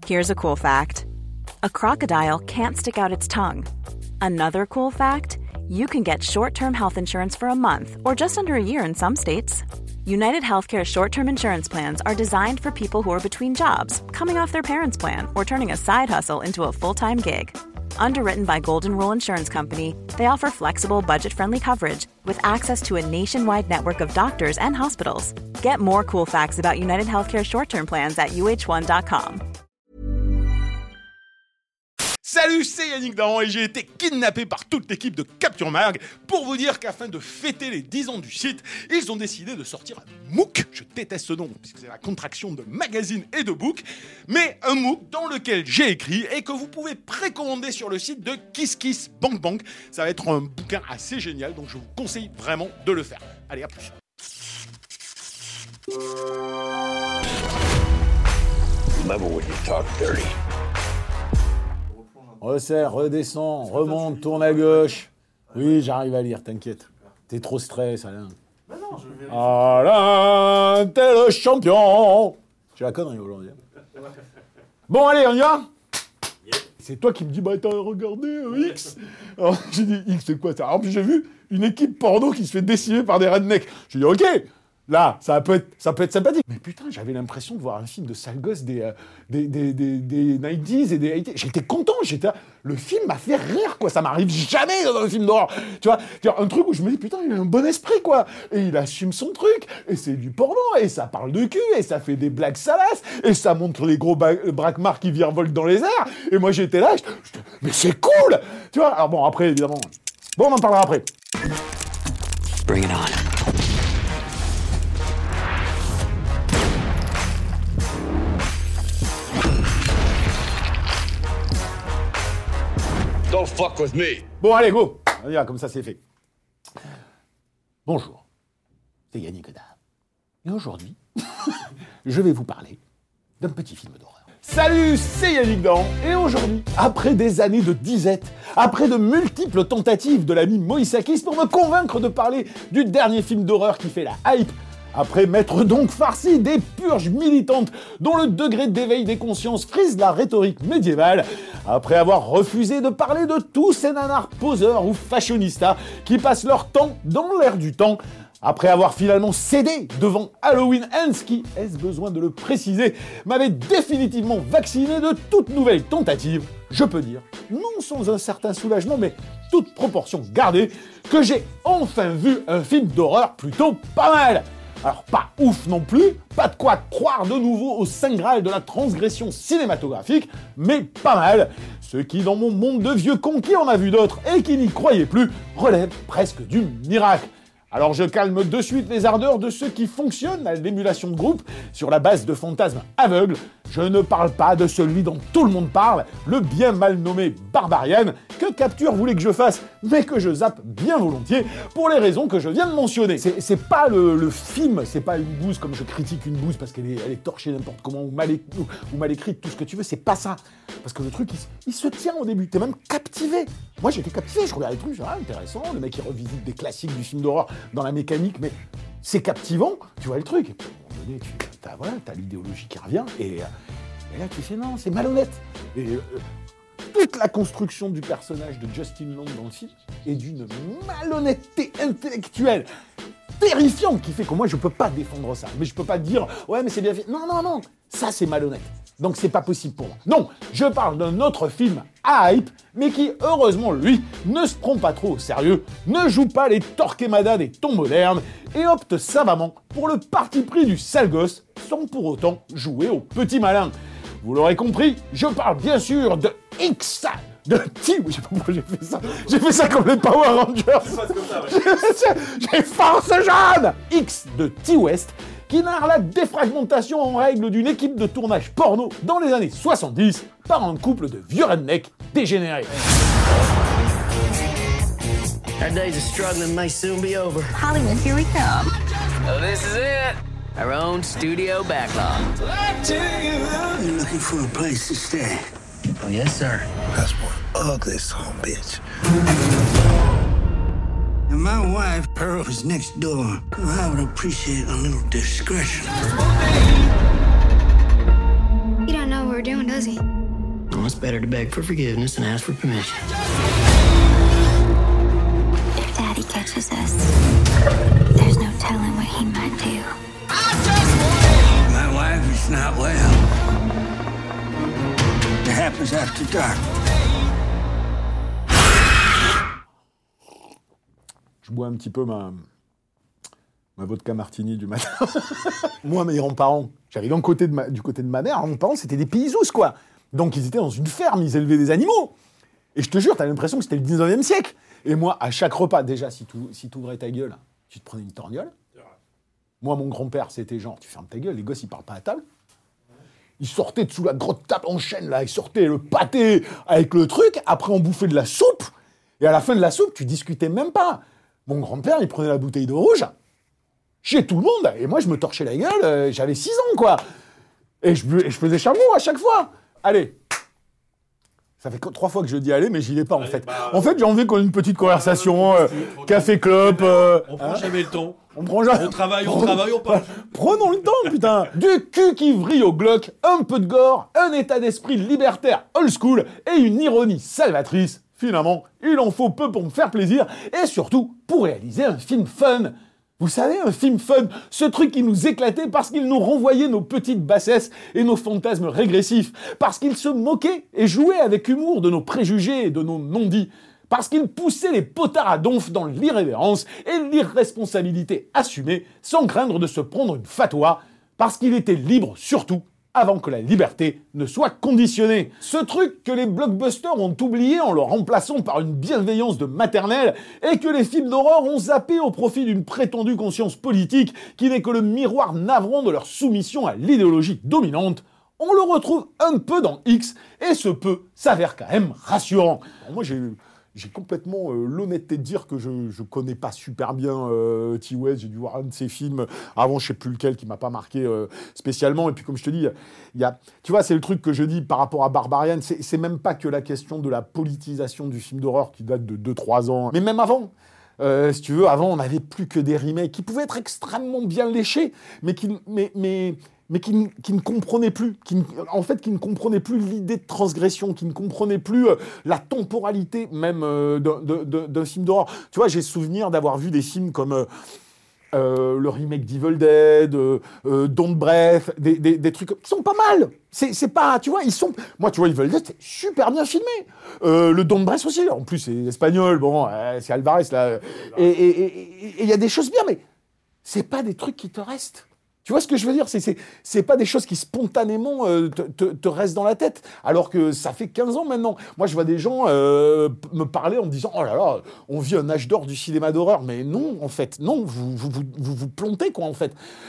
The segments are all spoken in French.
Here's a cool fact. A crocodile can't stick out its tongue. Another cool fact, you can get short-term health insurance for a month or just under a year in some states. United Healthcare short-term insurance plans are designed for people who are between jobs, coming off their parents' plan, or turning a side hustle into a full-time gig. Underwritten by Golden Rule Insurance Company, they offer flexible, budget-friendly coverage with access to a nationwide network of doctors and hospitals. Get more cool facts about United Healthcare short-term plans at uh1.com. Salut, c'est Yannick Dahan et j'ai été kidnappé par toute l'équipe de Capture Mag pour vous dire qu'afin de fêter les 10 ans du site, ils ont décidé de sortir un MOOC. Je déteste ce nom puisque c'est la contraction de magazine et de book, mais un MOOC dans lequel j'ai écrit et que vous pouvez précommander sur le site de KissKissBankBank. Ça va être un bouquin assez génial, donc je vous conseille vraiment de le faire. Allez, à plus. Level when you talk dirty. Resserre, redescends, remonte, tourne à gauche. Oui, j'arrive à lire, t'inquiète. T'es trop stress, Alain. Bah non, je vais... Alain, t'es le champion. J'ai la connerie aujourd'hui. Bon, allez, on y va. C'est toi qui me dis, bah t'as regardé X. Alors j'ai dit, X, c'est quoi ça? Alors puis j'ai vu une équipe porno qui se fait décimer par des rednecks. J'ai dit, ok. Là, ça peut être sympathique. Mais putain, j'avais l'impression de voir un film de sale gosse des 90s et des 80s. J'étais content, le film m'a fait rire, quoi. Ça m'arrive jamais dans un film d'horreur. Tu vois, un truc où je me dis, putain, il a un bon esprit, quoi. Et il assume son truc. Et c'est du porno. Et ça parle de cul. Et ça fait des blagues salaces. Et ça montre les gros braquemars qui virevoltent dans les airs. Et moi, j'étais là, mais c'est cool. Tu vois, alors bon, après, évidemment. Bon, on en parlera après. Bring it on. Don't fuck with me. Bon, allez, go. On y va, comme ça, c'est fait. Bonjour, c'est Yannick Dahan. Et aujourd'hui, je vais vous parler d'un petit film d'horreur. Salut, c'est Yannick Dahan. Et aujourd'hui, après des années de disette, après de multiples tentatives de l'ami Moïsakis pour me convaincre de parler du dernier film d'horreur qui fait la hype, après m'être donc farci des purges militantes dont le degré d'éveil des consciences frise la rhétorique médiévale, après avoir refusé de parler de tous ces nanars poseurs ou fashionistas qui passent leur temps dans l'air du temps, après avoir finalement cédé devant Halloween Ends qui, est-ce besoin de le préciser, m'avait définitivement vacciné de toute nouvelle tentative, je peux dire, non sans un certain soulagement, mais toute proportion gardée, que j'ai enfin vu un film d'horreur plutôt pas mal. Alors pas ouf non plus, pas de quoi croire de nouveau au saint graal de la transgression cinématographique, mais pas mal. Ce qui dans mon monde de vieux cons qui en a vu d'autres et qui n'y croyait plus, relève presque du miracle. Alors je calme de suite les ardeurs de ceux qui fonctionnent à l'émulation de groupe sur la base de fantasmes aveugles. Je ne parle pas de celui dont tout le monde parle, le bien mal nommé Barbarian, que Capture voulait que je fasse, mais que je zappe bien volontiers, pour les raisons que je viens de mentionner. C'est pas le film, c'est pas une bouse comme je critique une bouse parce qu'elle est torchée n'importe comment, ou mal écrite, tout ce que tu veux, c'est pas ça. Parce que le truc, il se tient au début, t'es même captivé. Moi j'étais captivé, je regardais les trucs, je dis, ah intéressant, le mec il revisite des classiques du film d'horreur dans la mécanique, mais c'est captivant, tu vois le truc. Et puis, à un moment donné, t'as l'idéologie qui revient, et là tu fais non, c'est malhonnête. Et toute la construction du personnage de Justin Long dans le film est d'une malhonnêteté intellectuelle terrifiante qui fait que moi je peux pas défendre ça. Mais je peux pas dire ouais mais c'est bien fait. Non, ça c'est malhonnête. Donc c'est pas possible pour moi. Non, je parle d'un autre film à hype, mais qui, heureusement, lui, ne se prend pas trop au sérieux, ne joue pas les Torquemada des temps modernes, et opte savamment pour le parti pris du sale gosse, sans pour autant jouer au petit malin. Vous l'aurez compris, je parle bien sûr de X, de T... Je sais pas pourquoi j'ai fait ça. J'ai fait ça comme les Power Rangers. C'est comme ça, ouais. J'ai force jeune X de T-West, qui narre la défragmentation en règle d'une équipe de tournage porno dans les années 70 par un couple de vieux rednecks dégénérés. Our days of struggling may soon be over. Hollywood, here we come. Oh, this is it. Our own studio backlog. You're looking for a place to stay. Oh, yes, sir. That's one ugly son of a bitch. And my wife, Pearl, is next door. I would appreciate a little discretion. You don't know what we're doing anymore, does he? Well, it's better to beg for forgiveness and ask for permission. If Daddy catches us, there's no telling what he might do. My wife is not well. It happens after dark. Je bois un petit peu ma vodka martini du matin. Moi, mes grands-parents, j'avais du côté de ma mère, mes parents, c'était des paysous, quoi. Donc, ils étaient dans une ferme, ils élevaient des animaux. Et je te jure, t'as l'impression que c'était le 19e siècle. Et moi, à chaque repas, déjà, si tu ouvrais ta gueule, tu te prenais une torgnole. Moi, mon grand-père, c'était genre, tu fermes ta gueule, les gosses, ils parlent pas à table. Ils sortaient de sous la grosse table en chaîne, là, ils sortaient le pâté avec le truc. Après, on bouffait de la soupe. Et à la fin de la soupe, tu discutais même pas. Mon grand-père, il prenait la bouteille d'eau rouge chez tout le monde. Et moi, je me torchais la gueule. J'avais 6 ans, quoi. Et je faisais chameau à chaque fois. Allez. Ça fait 3 fois que je dis allez, mais j'y vais pas, en fait. En fait, j'ai envie qu'on ait une petite conversation. Café clope. On prend jamais le temps. On travaille, on parle. Prenons le temps, putain. Du cul qui vrille au Glock, un peu de gore, un état d'esprit libertaire old school et une ironie salvatrice. Finalement, il en faut peu pour me faire plaisir et surtout pour réaliser un film fun. Vous savez, un film fun, ce truc qui nous éclatait parce qu'il nous renvoyait nos petites bassesses et nos fantasmes régressifs, parce qu'il se moquait et jouait avec humour de nos préjugés et de nos non-dits, parce qu'il poussait les potards à donf dans l'irrévérence et l'irresponsabilité assumée sans craindre de se prendre une fatwa, parce qu'il était libre surtout avant que la liberté ne soit conditionnée. Ce truc que les blockbusters ont oublié en le remplaçant par une bienveillance de maternelle et que les films d'horreur ont zappé au profit d'une prétendue conscience politique qui n'est que le miroir navrant de leur soumission à l'idéologie dominante, on le retrouve un peu dans X et ce peu s'avère quand même rassurant. Alors moi j'ai complètement l'honnêteté de dire que je connais pas super bien T. West. J'ai dû voir un de ses films avant, je sais plus lequel, qui m'a pas marqué spécialement. Et puis comme je te dis, tu vois, c'est le truc que je dis par rapport à Barbarian, c'est même pas que la question de la politisation du film d'horreur qui date de 2-3 ans, mais même avant. Si tu veux, avant on n'avait plus que des remakes qui pouvaient être extrêmement bien léchés, mais qui ne comprenaient plus, qui ne comprenaient plus l'idée de transgression, qui ne comprenaient plus la temporalité même d'un film d'horreur. Tu vois, j'ai souvenir d'avoir vu des films comme le remake d'Evil Dead, Don't Breath, des trucs qui sont pas mal. C'est pas, tu vois, moi, tu vois, Evil Dead, c'est super bien filmé. Le Don't Breath aussi, en plus, c'est espagnol, bon, c'est Alvarez, là. Et il y a des choses bien, mais c'est pas des trucs qui te restent. Tu vois ce que je veux dire ? C'est pas des choses qui spontanément te restent dans la tête, alors que ça fait 15 ans maintenant. Moi, je vois des gens me parler en me disant « Oh là là, on vit un âge d'or du cinéma d'horreur. » Mais non, en fait, non, vous plantez, quoi, en fait.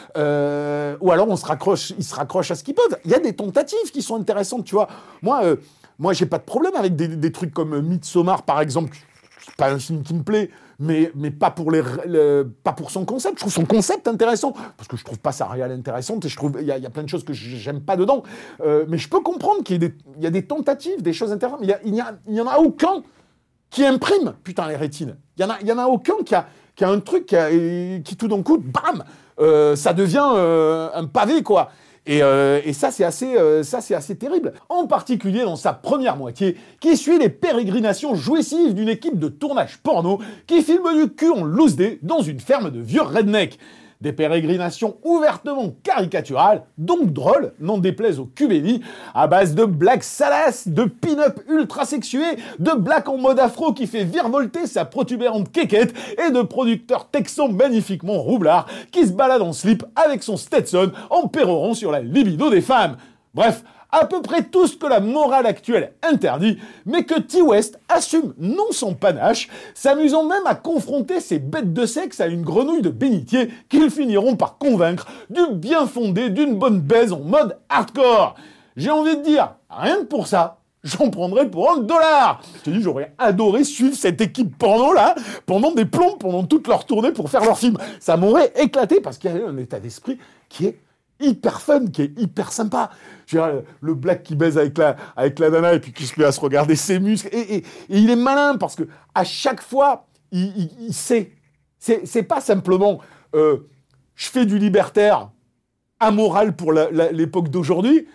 Ou alors, ils se raccrochent à ce qu'ils peuvent. Il y a des tentatives qui sont intéressantes, tu vois. Moi, j'ai pas de problème avec des trucs comme Midsommar, par exemple. C'est pas un film qui me plaît, mais pas pour pas pour son concept. Je trouve son concept intéressant, parce que je trouve pas sa réelle intéressante, et je trouve il y a plein de choses que j'aime pas dedans. Mais je peux comprendre qu'il y a des tentatives, des choses intéressantes. Mais il y en a aucun qui imprime, putain, les rétines. Il y en a aucun qui a un truc qui tout d'un coup, bam, ça devient un pavé, quoi. Et ça, c'est assez terrible. En particulier dans sa première moitié, qui suit les pérégrinations jouissives d'une équipe de tournage porno qui filme du cul en loose day dans une ferme de vieux redneck. Des pérégrinations ouvertement caricaturales, donc drôles, n'en déplaise au QBD, à base de blagues salaces, de pin-up ultra sexués, de blagues en mode afro qui fait virevolter sa protubérante quéquette et de producteurs texans magnifiquement roublards qui se baladent en slip avec son Stetson en pérorant sur la libido des femmes. Bref, à peu près tout ce que la morale actuelle interdit, mais que T. West assume non sans panache, s'amusant même à confronter ces bêtes de sexe à une grenouille de bénitier qu'ils finiront par convaincre du bien fondé d'une bonne baise en mode hardcore. J'ai envie de dire, rien que pour ça, j'en prendrais pour $1. Je te dis, j'aurais adoré suivre cette équipe porno-là pendant des plombs, pendant toute leur tournée pour faire leur film. Ça m'aurait éclaté parce qu'il y avait un état d'esprit qui est hyper fun, qui est hyper sympa. Je veux dire, le black qui baise avec la nana et puis qui se met à se regarder ses muscles. Et il est malin parce que à chaque fois, il sait. C'est pas simplement je fais du libertaire amoral pour l'époque d'aujourd'hui.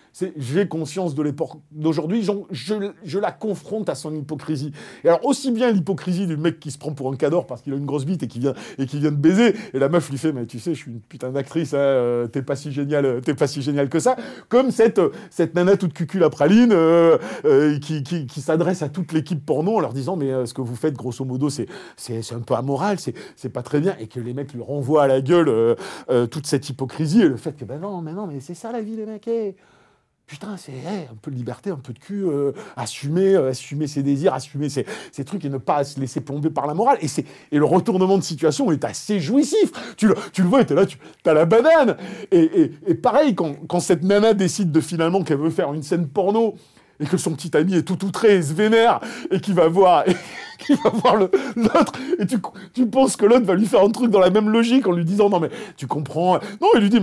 j'ai conscience de l'époque d'aujourd'hui, je la confronte à son hypocrisie. Et alors, aussi bien l'hypocrisie du mec qui se prend pour un cador parce qu'il a une grosse bite et qui vient de baiser, et la meuf lui fait, mais tu sais, je suis une putain d'actrice, hein, t'es pas si génial que ça, comme cette nana toute cucul à praline qui s'adresse à toute l'équipe porno en leur disant, mais ce que vous faites, grosso modo, c'est un peu amoral, c'est pas très bien, et que les mecs lui renvoient à la gueule toute cette hypocrisie et le fait que, ben non, mais c'est ça la vie, les mecs, putain, c'est un peu de liberté, un peu de cul, assumer ses désirs, assumer ses trucs et ne pas se laisser plomber par la morale. Et le retournement de situation est assez jouissif. Tu le vois, t'es là, t'as la banane. Et pareil, quand cette nana décide finalement qu'elle veut faire une scène porno et que son petit ami est tout outré et se vénère et qu'il va voir l'autre, et tu penses que l'autre va lui faire un truc dans la même logique en lui disant non mais tu comprends, non, il lui dit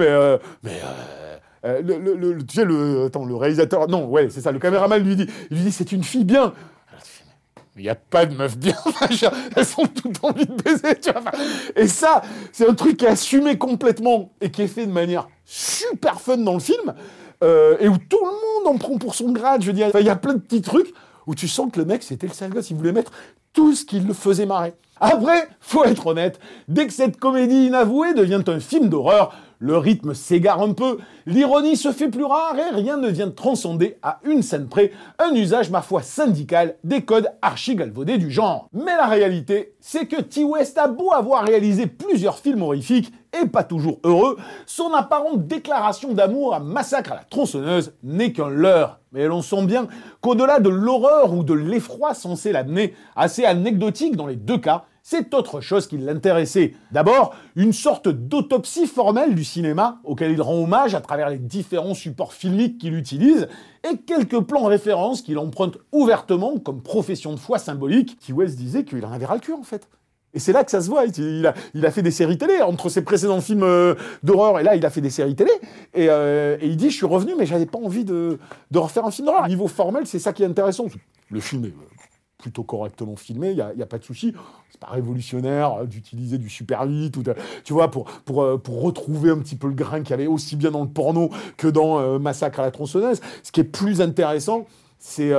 tu sais, le réalisateur, non, ouais, c'est ça, le caméraman lui dit, c'est une fille bien. Il n'y a pas de meuf bien, elles sont toutes envie de baiser, tu vois. Et ça, c'est un truc qui est assumé complètement et qui est fait de manière super fun dans le film, et où tout le monde en prend pour son grade, je veux dire. Il y a plein de petits trucs où tu sens que le mec, c'était le sale gosse, il voulait mettre tout ce qui le faisait marrer. Après, faut être honnête, dès que cette comédie inavouée devient un film d'horreur, le rythme s'égare un peu, l'ironie se fait plus rare et rien ne vient transcender à une scène près un usage, ma foi, syndical des codes archi-galvaudés du genre. Mais la réalité, c'est que Ti West a beau avoir réalisé plusieurs films horrifiques, et pas toujours heureux, son apparente déclaration d'amour à Massacre à la tronçonneuse n'est qu'un leurre. Mais l'on sent bien qu'au-delà de l'horreur ou de l'effroi censé l'amener, assez anecdotique dans les deux cas, c'est autre chose qui l'intéressait. D'abord, une sorte d'autopsie formelle du cinéma, auquel il rend hommage à travers les différents supports filmiques qu'il utilise, et quelques plans références qu'il emprunte ouvertement comme profession de foi symbolique. Ti West disait qu'il en avait ras le cul, en fait. Et c'est là que ça se voit. Il a fait des séries télé. Entre ses précédents films d'horreur et là, il a fait des séries télé. Et il dit, je suis revenu, mais j'avais pas envie de refaire un film d'horreur. Au niveau formel, c'est ça qui est intéressant. Le film est plutôt correctement filmé, il y a pas de souci. C'est pas révolutionnaire d'utiliser du Super 8 ou tu vois, pour retrouver un petit peu le grain qu'il y avait aussi bien dans le porno que dans Massacre à la tronçonneuse. Ce qui est plus intéressant, c'est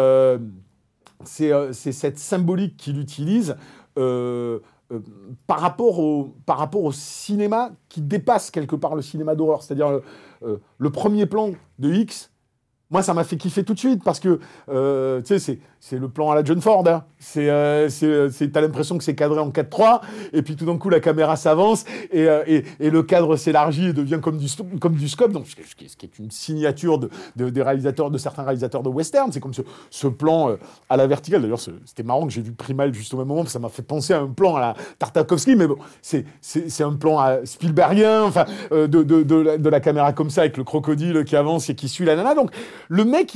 cette symbolique qu'il utilise par rapport au cinéma qui dépasse quelque part le cinéma d'horreur. C'est-à-dire le premier plan de X, moi, ça m'a fait kiffer tout de suite parce que, tu sais, c'est le plan à la John Ford. Hein. T'as l'impression que c'est cadré en 4:3 et puis tout d'un coup, la caméra s'avance et le cadre s'élargit et devient comme du scope. Donc, ce qui est une signature des réalisateurs, de certains réalisateurs de western. C'est comme ce plan à la verticale. D'ailleurs, c'était marrant que j'ai vu Primal juste au même moment parce que ça m'a fait penser à un plan à la Tartakovsky. Mais bon, c'est un plan à Spielbergien, enfin, de la caméra comme ça avec le crocodile qui avance et qui suit la nana. Donc, le mec,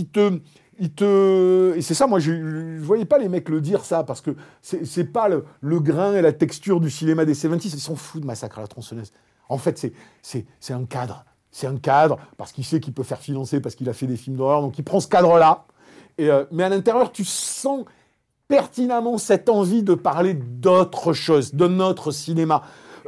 et c'est ça, moi, je voyais pas les mecs le dire ça, parce que c'est pas le grain et la texture du cinéma des 70s, ils s'en foutent de Massacre à la tronçonneuse. En fait, c'est un cadre. C'est un cadre, parce qu'il sait qu'il peut faire financer, parce qu'il a fait des films d'horreur, donc il prend ce cadre-là. Mais à l'intérieur, tu sens pertinemment cette envie de parler d'autre chose, de notre cinéma.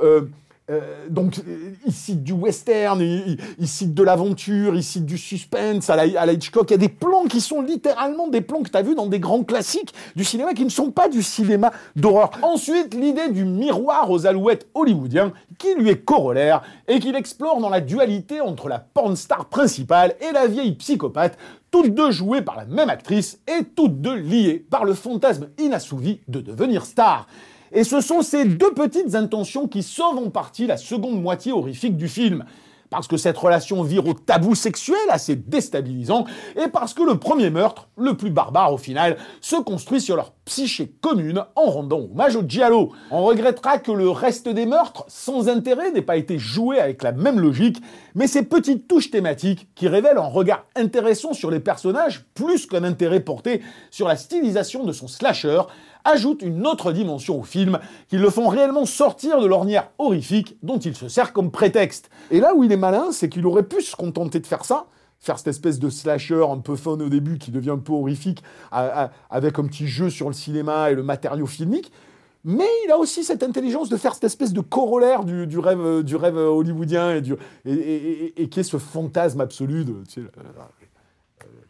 Donc, il cite du western, il cite de l'aventure, il cite du suspense à la Hitchcock. Il y a des plans qui sont littéralement des plans que tu as vus dans des grands classiques du cinéma qui ne sont pas du cinéma d'horreur. Ensuite, l'idée du miroir aux alouettes hollywoodien qui lui est corollaire et qu'il explore dans la dualité entre la porn star principale et la vieille psychopathe, toutes deux jouées par la même actrice et toutes deux liées par le fantasme inassouvi de devenir star. Et ce sont ces deux petites intentions qui sauvent en partie la seconde moitié horrifique du film. Parce que cette relation vire au tabou sexuel assez déstabilisant, et parce que le premier meurtre, le plus barbare au final, se construit sur leur psyché commune en rendant hommage au giallo. On regrettera que le reste des meurtres, sans intérêt, n'ait pas été joué avec la même logique, mais ces petites touches thématiques qui révèlent un regard intéressant sur les personnages, plus qu'un intérêt porté sur la stylisation de son slasher, ajoutent une autre dimension au film, qui le font réellement sortir de l'ornière horrifique dont il se sert comme prétexte. Et là où il est malin, c'est qu'il aurait pu se contenter de faire ça, faire cette espèce de slasher un peu fun au début, qui devient un peu horrifique, avec un petit jeu sur le cinéma et le matériau filmique, mais il a aussi cette intelligence de faire cette espèce de corollaire du rêve hollywoodien et qui est ce fantasme absolu de... Tu sais,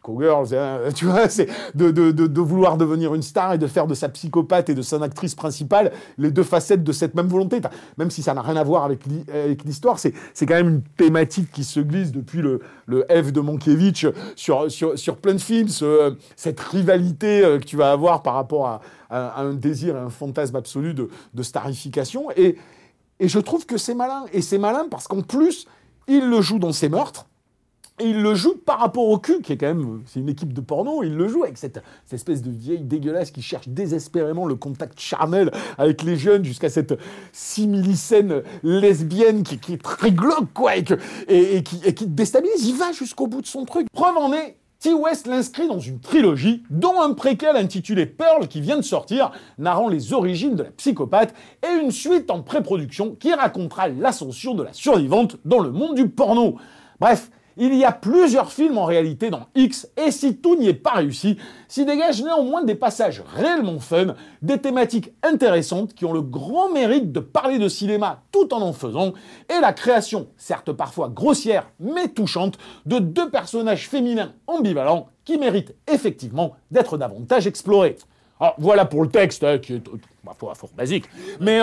Cowgirls, hein, tu vois, c'est de vouloir devenir une star et de faire de sa psychopathe et de son actrice principale les deux facettes de cette même volonté. Même si ça n'a rien à voir avec l'histoire, c'est quand même une thématique qui se glisse depuis le F de Mankiewicz sur plein de films, cette rivalité que tu vas avoir par rapport à un désir et un fantasme absolu de starification. Et je trouve que c'est malin. Et c'est malin parce qu'en plus, il le joue dans ses meurtres. Et il le joue par rapport au cul, qui est quand même... C'est une équipe de porno, il le joue avec cette espèce de vieille dégueulasse qui cherche désespérément le contact charnel avec les jeunes, jusqu'à cette simili-scène lesbienne qui est très glauque, quoi, et qui te déstabilise. Il va jusqu'au bout de son truc. Preuve en est, T. West l'inscrit dans une trilogie, dont un préquel intitulé Pearl, qui vient de sortir, narrant les origines de la psychopathe, et une suite en pré-production qui racontera l'ascension de la survivante dans le monde du porno. Bref, il y a plusieurs films en réalité dans X, et si tout n'y est pas réussi, s'y dégagent néanmoins des passages réellement fun, des thématiques intéressantes qui ont le grand mérite de parler de cinéma tout en faisant, et la création, certes parfois grossière mais touchante, de deux personnages féminins ambivalents qui méritent effectivement d'être davantage explorés. Alors voilà pour le texte, hein, qui est fort basique, mais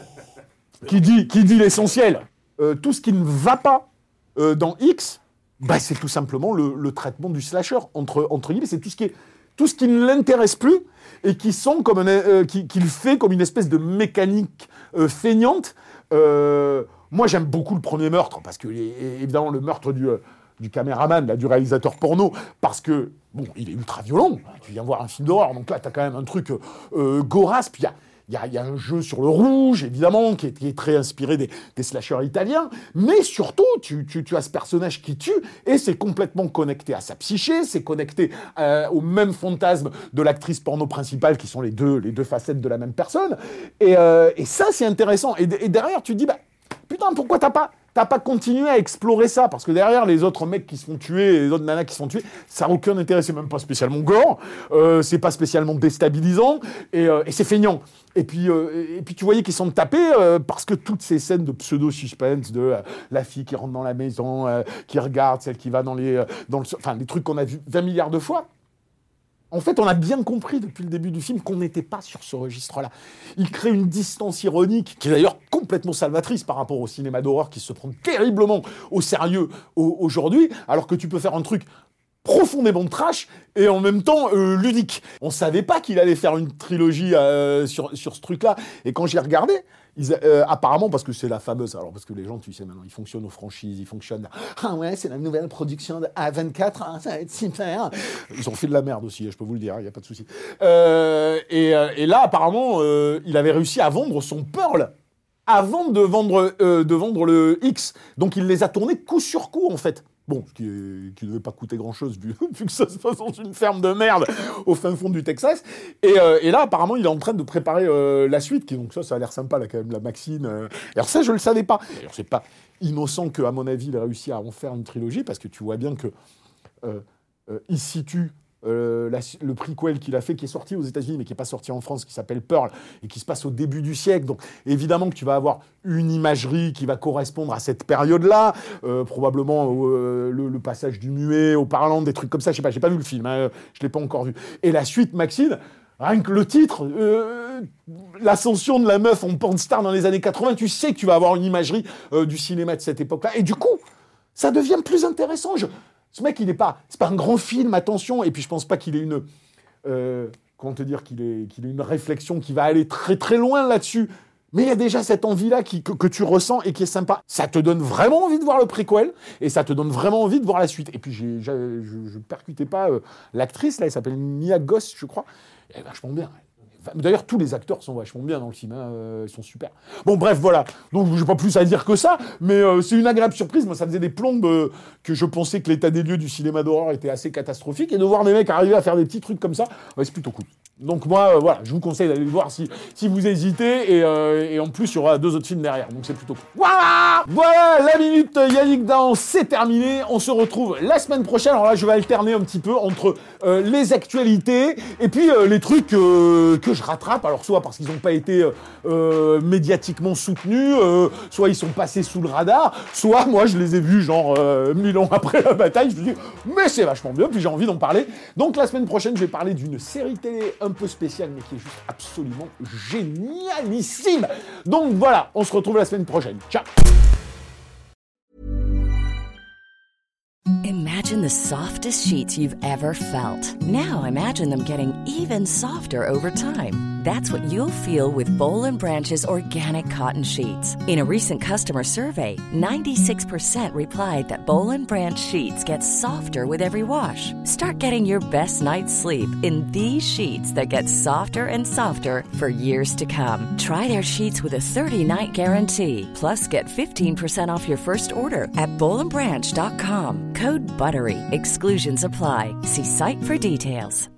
qui dit l'essentiel. Tout ce qui ne va pas dans X, c'est tout simplement le traitement du slasher, entre guillemets, c'est tout ce qui ne l'intéresse plus et qui qu'il fait comme une espèce de mécanique feignante. Moi, j'aime beaucoup le premier meurtre, parce que, évidemment, le meurtre du caméraman, là, du réalisateur porno, parce que, il est ultra violent. Tu viens voir un film d'horreur, donc là, t'as quand même un truc gorasse, puis il y a un jeu sur le rouge, évidemment, qui est très inspiré des slashers italiens, mais surtout, tu as ce personnage qui tue, et c'est complètement connecté à sa psyché, c'est connecté au même fantasme de l'actrice porno principale, qui sont les deux facettes de la même personne, et ça, c'est intéressant. Et derrière, tu te dis, putain, pourquoi t'as pas continué à explorer ça? Parce que derrière, les autres mecs qui se font tuer, les autres nanas qui se font tuer, ça n'a aucun intérêt, c'est même pas spécialement gore, c'est pas spécialement déstabilisant, et c'est feignant. Et puis tu voyais qu'ils s'en tapaient, parce que toutes ces scènes de pseudo-suspense, de la fille qui rentre dans la maison, qui regarde, celle qui va dans les trucs qu'on a vus 20 milliards de fois. En fait, on a bien compris depuis le début du film qu'on n'était pas sur ce registre-là. Il crée une distance ironique, qui est d'ailleurs complètement salvatrice par rapport au cinéma d'horreur qui se prend terriblement au sérieux aujourd'hui, alors que tu peux faire un truc profondément trash et en même temps ludique. On savait pas qu'il allait faire une trilogie sur ce truc-là. Et quand j'ai regardé, apparemment, parce que c'est la fameuse... Alors, parce que les gens, tu sais, maintenant, ils fonctionnent aux franchises, ils fonctionnent... Ah ouais, c'est la nouvelle production de A24, ça va être super. Ils ont fait de la merde aussi, je peux vous le dire, il n'y a pas de souci. Et là, apparemment, il avait réussi à vendre son Pearl avant de vendre le X. Donc, il les a tournés coup sur coup, en fait. Bon, ce qui ne devait pas coûter grand-chose, vu que ça se passe dans une ferme de merde au fin fond du Texas. Et là, apparemment, il est en train de préparer la suite. Donc ça a l'air sympa, là, quand même, la Maxine. Alors ça, je le savais pas. D'ailleurs, c'est pas innocent qu'à mon avis, il ait réussi à en faire une trilogie, parce que tu vois bien que il situe le prequel qu'il a fait, qui est sorti aux États-Unis mais qui n'est pas sorti en France, qui s'appelle Pearl et qui se passe au début du siècle. Donc évidemment que tu vas avoir une imagerie qui va correspondre à cette période-là, probablement le passage du muet au parlant, des trucs comme ça. Je sais pas, j'ai pas vu le film, hein, je l'ai pas encore vu. Et la suite, Maxine, rien que le titre, l'ascension de la meuf en porn star dans les années 80, tu sais que tu vas avoir une imagerie du cinéma de cette époque-là. Et du coup, ça devient plus intéressant. Ce mec, c'est pas un grand film, attention, et puis je pense pas qu'il ait qu'il ait une réflexion qui va aller très très loin là-dessus. Mais il y a déjà cette envie-là que tu ressens et qui est sympa. Ça te donne vraiment envie de voir le préquel, et ça te donne vraiment envie de voir la suite. Et puis je percutais pas l'actrice, là, elle s'appelle Mia Goth, je crois. Elle est vachement bien. D'ailleurs, tous les acteurs sont vachement bien dans le film, hein, ils sont super. Bon, bref, voilà. Donc, j'ai pas plus à dire que ça, mais c'est une agréable surprise. Moi, ça faisait des plombes que je pensais que l'état des lieux du cinéma d'horreur était assez catastrophique, et de voir des mecs arriver à faire des petits trucs comme ça, c'est plutôt cool. Donc moi, voilà, je vous conseille d'aller le voir si vous hésitez, et en plus, il y aura 2 autres films derrière, donc c'est plutôt cool. Voilà, la minute Yannick Dahan, c'est terminé. On se retrouve la semaine prochaine. Alors là, je vais alterner un petit peu entre les actualités et puis les trucs que je rattrape. Alors soit parce qu'ils n'ont pas été médiatiquement soutenus, soit ils sont passés sous le radar, soit moi je les ai vus genre 1000 ans après la bataille. Je me suis dit, mais c'est vachement bien, puis j'ai envie d'en parler. Donc la semaine prochaine, je vais parler d'une série télé un peu spéciale, mais qui est juste absolument génialissime. Donc voilà, on se retrouve la semaine prochaine. Ciao. Imagine the softest sheets you've ever felt. Now imagine them getting even softer over time. That's what you'll feel with Boll & Branch's organic cotton sheets. In a recent customer survey, 96% replied that Boll & Branch sheets get softer with every wash. Start getting your best night's sleep in these sheets that get softer and softer for years to come. Try their sheets with a 30-night guarantee. Plus, get 15% off your first order at bollandbranch.com. Code BUTTERY. Exclusions apply. See site for details.